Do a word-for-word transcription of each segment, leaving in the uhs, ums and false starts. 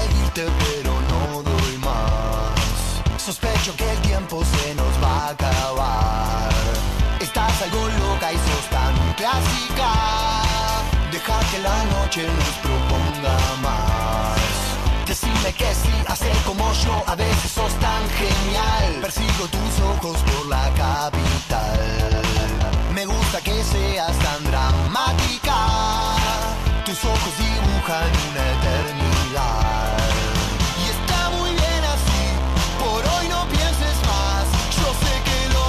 seguirte pero no doy más. Sospecho que el tiempo se nos va a acabar. Estás algo loca y sos tan clásica. Deja que la noche nos proponga más. Decime que sí, hacer como yo, a veces sos tan genial. Persigo tus ojos por la capital. Me gusta que seas tan dramática. Tus ojos dibujan una eternidad. Y está muy bien así, por hoy no pienses más. Yo sé que lo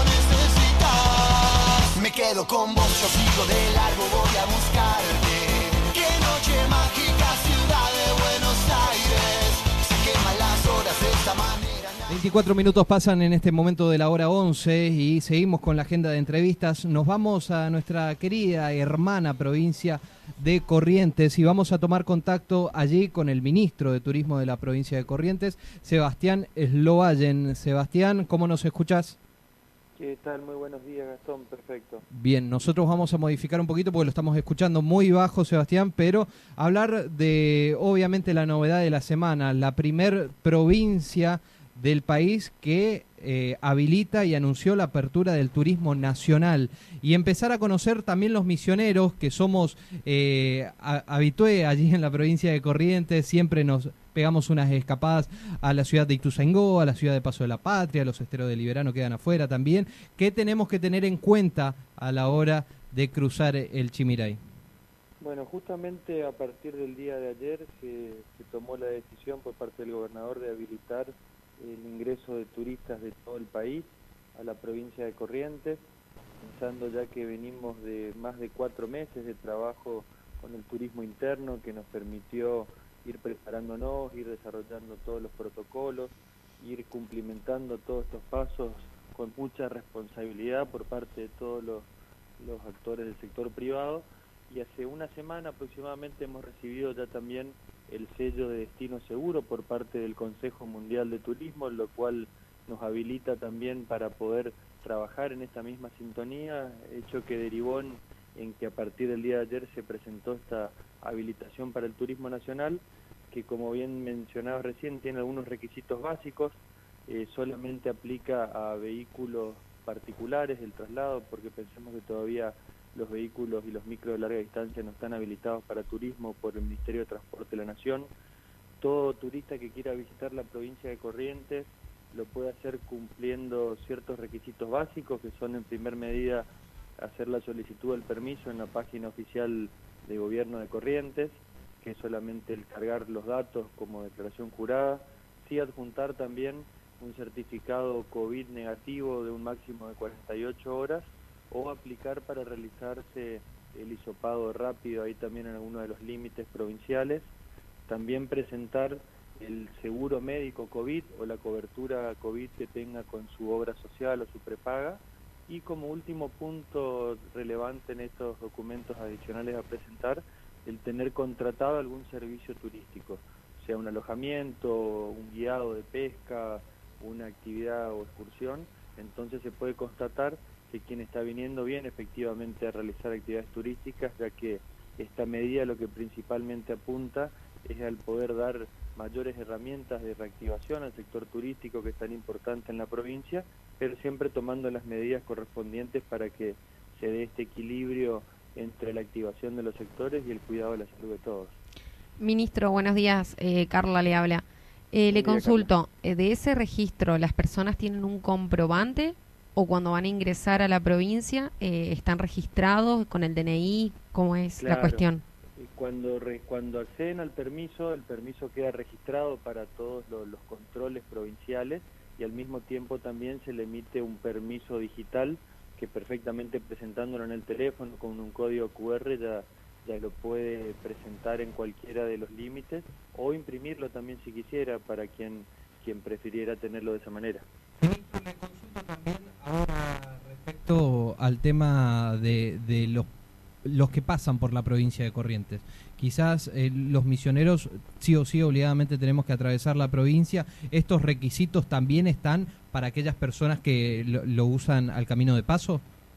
necesitas. Me quedo con vos, yo sigo de largo, voy a buscarte. Qué noche mágica, ciudad de Buenos Aires. Se queman las horas de esta manera. veinticuatro minutos pasan en este momento de la hora once y seguimos con la agenda de entrevistas. Nos vamos a nuestra querida hermana provincia de Corrientes y vamos a tomar contacto allí con el ministro de Turismo de la provincia de Corrientes, Sebastián Slovallen. Sebastián, ¿cómo nos escuchás? ¿Qué tal? Muy buenos días, Gastón. Perfecto. Bien, nosotros vamos a modificar un poquito porque lo estamos escuchando muy bajo, Sebastián, pero hablar de, obviamente, la novedad de la semana, la primer provincia del país que eh, habilita y anunció la apertura del turismo nacional y empezar a conocer también los misioneros que somos eh, habitué allí en la provincia de Corrientes. Siempre nos pegamos unas escapadas a la ciudad de Ituzaingó, a la ciudad de Paso de la Patria, los esteros de Liberano quedan afuera también. ¿Qué tenemos que tener en cuenta a la hora de cruzar el Chimiray? Bueno, justamente a partir del día de ayer se, se tomó la decisión por parte del gobernador de habilitar el ingreso de turistas de todo el país a la provincia de Corrientes, pensando ya que venimos de más de cuatro meses de trabajo con el turismo interno que nos permitió ir preparándonos, ir desarrollando todos los protocolos, ir cumplimentando todos estos pasos con mucha responsabilidad por parte de todos los, los actores del sector privado. Y hace una semana aproximadamente hemos recibido ya también el sello de destino seguro por parte del Consejo Mundial de Turismo, lo cual nos habilita también para poder trabajar en esta misma sintonía, hecho que derivó en, en que a partir del día de ayer se presentó esta habilitación para el turismo nacional, que como bien mencionaba recién tiene algunos requisitos básicos, eh, solamente aplica a vehículos particulares el traslado, porque pensamos que todavía los vehículos y los micros de larga distancia no están habilitados para turismo por el Ministerio de Transporte de la Nación. Todo turista que quiera visitar la provincia de Corrientes lo puede hacer cumpliendo ciertos requisitos básicos, que son en primer medida hacer la solicitud del permiso en la página oficial de Gobierno de Corrientes, que es solamente el cargar los datos como declaración jurada, sí adjuntar también un certificado COVID negativo de un máximo de cuarenta y ocho horas, o aplicar para realizarse el hisopado rápido, ahí también en algunos de los límites provinciales. También presentar el seguro médico COVID o la cobertura COVID que tenga con su obra social o su prepaga. Y como último punto relevante en estos documentos adicionales a presentar, el tener contratado algún servicio turístico, sea un alojamiento, un guiado de pesca, una actividad o excursión. Entonces se puede constatar que quien está viniendo viene efectivamente a realizar actividades turísticas, ya que esta medida lo que principalmente apunta es al poder dar mayores herramientas de reactivación al sector turístico, que es tan importante en la provincia, pero siempre tomando las medidas correspondientes para que se dé este equilibrio entre la activación de los sectores y el cuidado de la salud de todos. Ministro, buenos días. Eh, Carla le habla. Eh, le consulto, eh, ¿de ese registro las personas tienen un comprobante o cuando van a ingresar a la provincia eh, están registrados con el D N I? ¿Cómo es Claro. la cuestión? Cuando, re, cuando acceden al permiso, el permiso queda registrado para todos los, los controles provinciales y al mismo tiempo también se le emite un permiso digital que perfectamente presentándolo en el teléfono con un código cu erre ya, ya lo puede presentar en cualquiera de los límites o imprimirlo también si quisiera para quien, quien prefiriera tenerlo de esa manera. Ministro, le consulto también ahora respecto al tema de, de los, los que pasan por la provincia de Corrientes. Quizás eh, los misioneros sí o sí obligadamente tenemos que atravesar la provincia. ¿Estos requisitos también están para aquellas personas que lo, lo usan al camino de paso?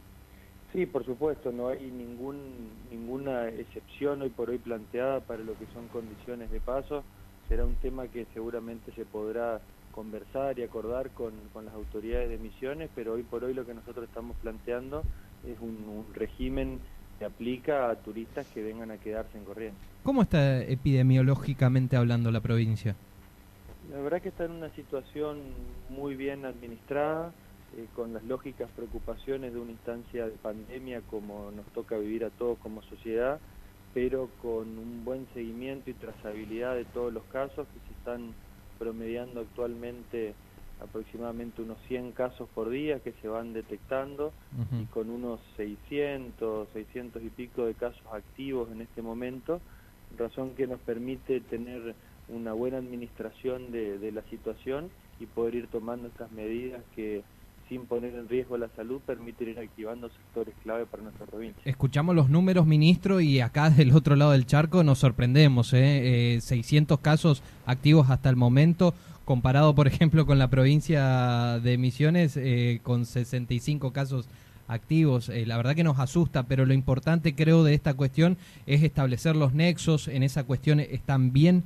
Sí, por supuesto, no hay ningún, ninguna excepción hoy por hoy planteada para lo que son condiciones de paso. será un tema que seguramente se podrá conversar y acordar con, con las autoridades de Misiones, pero hoy por hoy lo que nosotros estamos planteando es un, un régimen que aplica a turistas que vengan a quedarse en Corrientes. ¿Cómo está epidemiológicamente hablando la provincia? La verdad que está en una situación muy bien administrada, eh, con las lógicas preocupaciones de una instancia de pandemia como nos toca vivir a todos como sociedad, pero con un buen seguimiento y trazabilidad de todos los casos que se están promediando actualmente aproximadamente unos cien casos por día que se van detectando, uh-huh. y con unos seiscientos, seiscientos y pico de casos activos en este momento, razón que nos permite tener una buena administración de, de la situación y poder ir tomando estas medidas que, sin poner en riesgo la salud, permiten ir activando sectores clave para nuestra provincia. Escuchamos los números, ministro, y acá del otro lado del charco nos sorprendemos, ¿eh? Eh, seiscientos casos activos hasta el momento, comparado, por ejemplo, con la provincia de Misiones, eh, con sesenta y cinco casos activos. Eh, la verdad que nos asusta, pero lo importante, creo, de esta cuestión es establecer los nexos. ¿En esa cuestión están bien?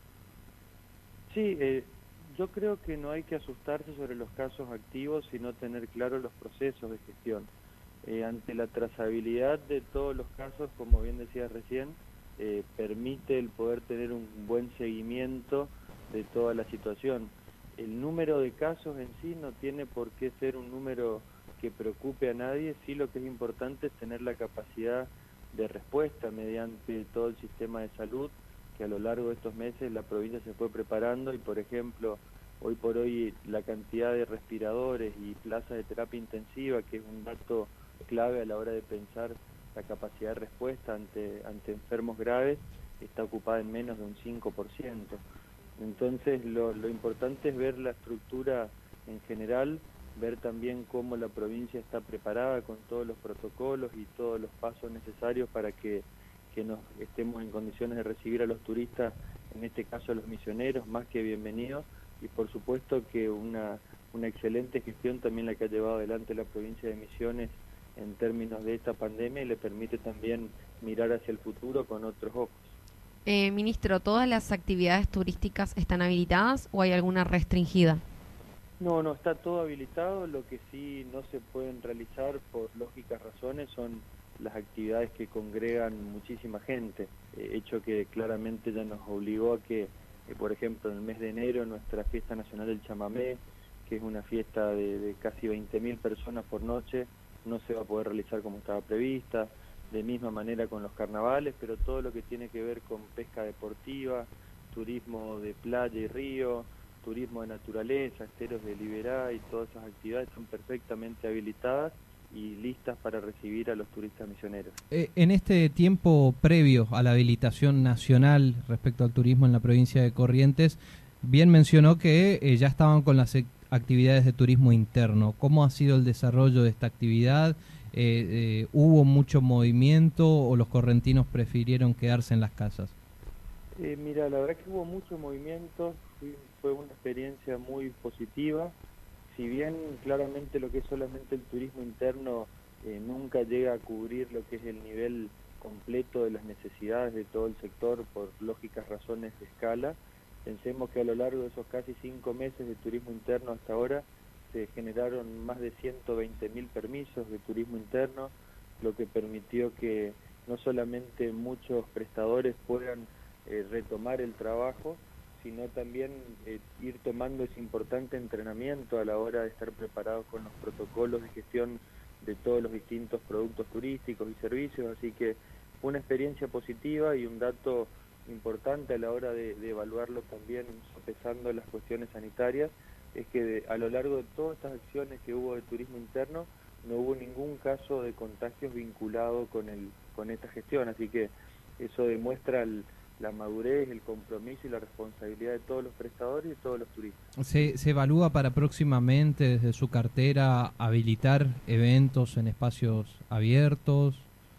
Sí, eh, yo creo que no hay que asustarse sobre los casos activos, sino tener claros los procesos de gestión. Eh, ante la trazabilidad de todos los casos, como bien decías recién, eh, permite el poder tener un buen seguimiento de toda la situación. El número de casos en sí no tiene por qué ser un número que preocupe a nadie, sí lo que es importante es tener la capacidad de respuesta mediante todo el sistema de salud, que a lo largo de estos meses la provincia se fue preparando y, por ejemplo, hoy por hoy la cantidad de respiradores y plazas de terapia intensiva, que es un dato clave a la hora de pensar la capacidad de respuesta ante, ante enfermos graves, está ocupada en menos de un cinco por ciento. Entonces lo, lo importante es ver la estructura en general, ver también cómo la provincia está preparada con todos los protocolos y todos los pasos necesarios para que, que nos estemos en condiciones de recibir a los turistas, en este caso a los misioneros, más que bienvenidos, y por supuesto que una, una excelente gestión también la que ha llevado adelante la provincia de Misiones en términos de esta pandemia y le permite también mirar hacia el futuro con otros ojos. Eh, ministro, ¿todas las actividades turísticas están habilitadas o hay alguna restringida? No, no, está todo habilitado. Lo que sí no se pueden realizar por lógicas razones son las actividades que congregan muchísima gente, eh, hecho que claramente ya nos obligó a que, eh, por ejemplo, en el mes de enero nuestra fiesta nacional del chamamé, que es una fiesta de, de casi veinte mil personas por noche, no se va a poder realizar como estaba prevista. De misma manera con los carnavales, pero todo lo que tiene que ver con pesca deportiva, turismo de playa y río, turismo de naturaleza, esteros de Liberá y todas esas actividades están perfectamente habilitadas y listas para recibir a los turistas misioneros. Eh, en este tiempo previo a la habilitación nacional respecto al turismo en la provincia de Corrientes, bien mencionó que eh, ya estaban con las actividades de turismo interno. ¿Cómo ha sido el desarrollo de esta actividad? Eh, eh, ¿Hubo mucho movimiento o los correntinos prefirieron quedarse en las casas? Eh, mira, la verdad que hubo mucho movimiento, fue una experiencia muy positiva. Si bien claramente lo que es solamente el turismo interno eh, nunca llega a cubrir lo que es el nivel completo de las necesidades de todo el sector por lógicas razones de escala, pensemos que a lo largo de esos casi cinco meses de turismo interno hasta ahora se generaron más de ciento veinte mil permisos de turismo interno, lo que permitió que no solamente muchos prestadores puedan eh, retomar el trabajo, sino también eh, ir tomando ese importante entrenamiento a la hora de estar preparados con los protocolos de gestión de todos los distintos productos turísticos y servicios, así que fue una experiencia positiva y un dato importante a la hora de, de evaluarlo también, sopesando las cuestiones sanitarias, es que de, a lo largo de todas estas acciones que hubo de turismo interno, no hubo ningún caso de contagios vinculado con el con esta gestión, así que eso demuestra el, la madurez, el compromiso y la responsabilidad de todos los prestadores y de todos los turistas. ¿Se, se evalúa para próximamente desde su cartera habilitar eventos en espacios abiertos?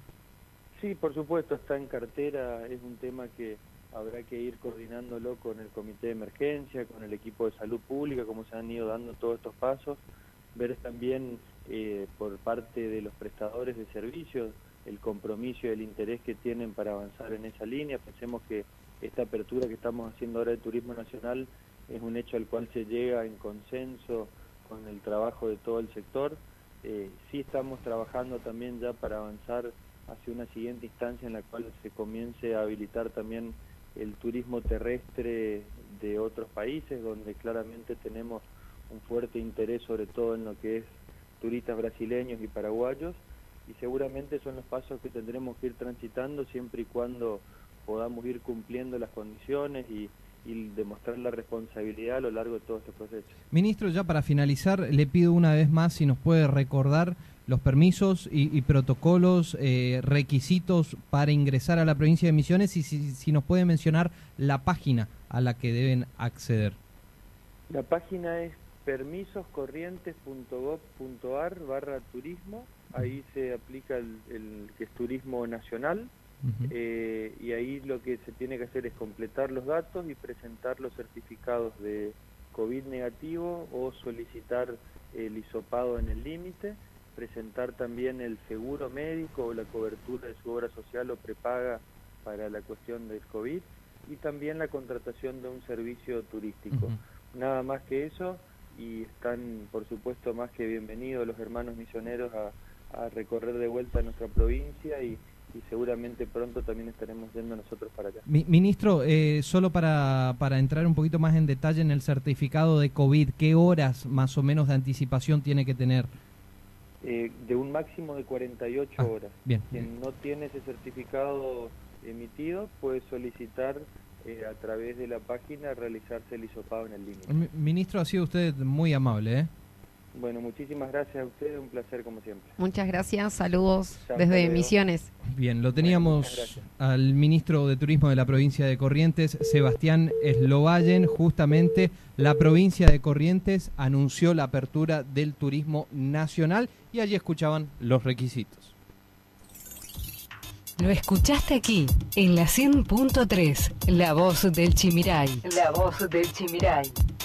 Sí, por supuesto, está en cartera, es un tema que habrá que ir coordinándolo con el comité de emergencia, con el equipo de salud pública, como se han ido dando todos estos pasos, ver también eh, por parte de los prestadores de servicios el compromiso y el interés que tienen para avanzar en esa línea. Pensemos que esta apertura que estamos haciendo ahora de turismo nacional es un hecho al cual se llega en consenso con el trabajo de todo el sector. Eh, sí estamos trabajando también ya para avanzar hacia una siguiente instancia en la cual se comience a habilitar también el turismo terrestre de otros países, donde claramente tenemos un fuerte interés sobre todo en lo que es turistas brasileños y paraguayos, y seguramente son los pasos que tendremos que ir transitando siempre y cuando podamos ir cumpliendo las condiciones y, y demostrar la responsabilidad a lo largo de todo este proceso. Ministro, ya para finalizar, le pido una vez más si nos puede recordar los permisos y, y protocolos, eh, requisitos para ingresar a la provincia de Misiones y si, si nos puede mencionar la página a la que deben acceder. La página es permisoscorrientes punto gob punto ar barra turismo, ahí se aplica el, el que es turismo nacional. Uh-huh. eh, y ahí lo que se tiene que hacer es completar los datos y presentar los certificados de COVID negativo o solicitar el hisopado en el límite, presentar también el seguro médico o la cobertura de su obra social o prepaga para la cuestión del COVID y también la contratación de un servicio turístico. Uh-huh. Nada más que eso, y están por supuesto más que bienvenidos los hermanos misioneros a, a recorrer de vuelta a nuestra provincia y y seguramente pronto también estaremos yendo nosotros para allá. Mi, ministro, eh, solo para, para entrar un poquito más en detalle en el certificado de COVID, ¿qué horas más o menos de anticipación tiene que tener? Eh, de un máximo de cuarenta y ocho ah, horas. Bien. Quien no tiene ese certificado emitido puede solicitar eh, a través de la página realizarse el hisopado en el límite. Ministro, ha sido usted muy amable, ¿eh? Bueno, muchísimas gracias a ustedes, un placer como siempre. Muchas gracias, saludos Chao, desde Leo. Misiones. Bien, lo teníamos bueno, al ministro de Turismo de la provincia de Corrientes, Sebastián Eslovallen. Justamente la provincia de Corrientes anunció la apertura del turismo nacional y allí escuchaban los requisitos. Lo escuchaste aquí, en la cien punto tres, La Voz del Chimiray. La Voz del Chimiray.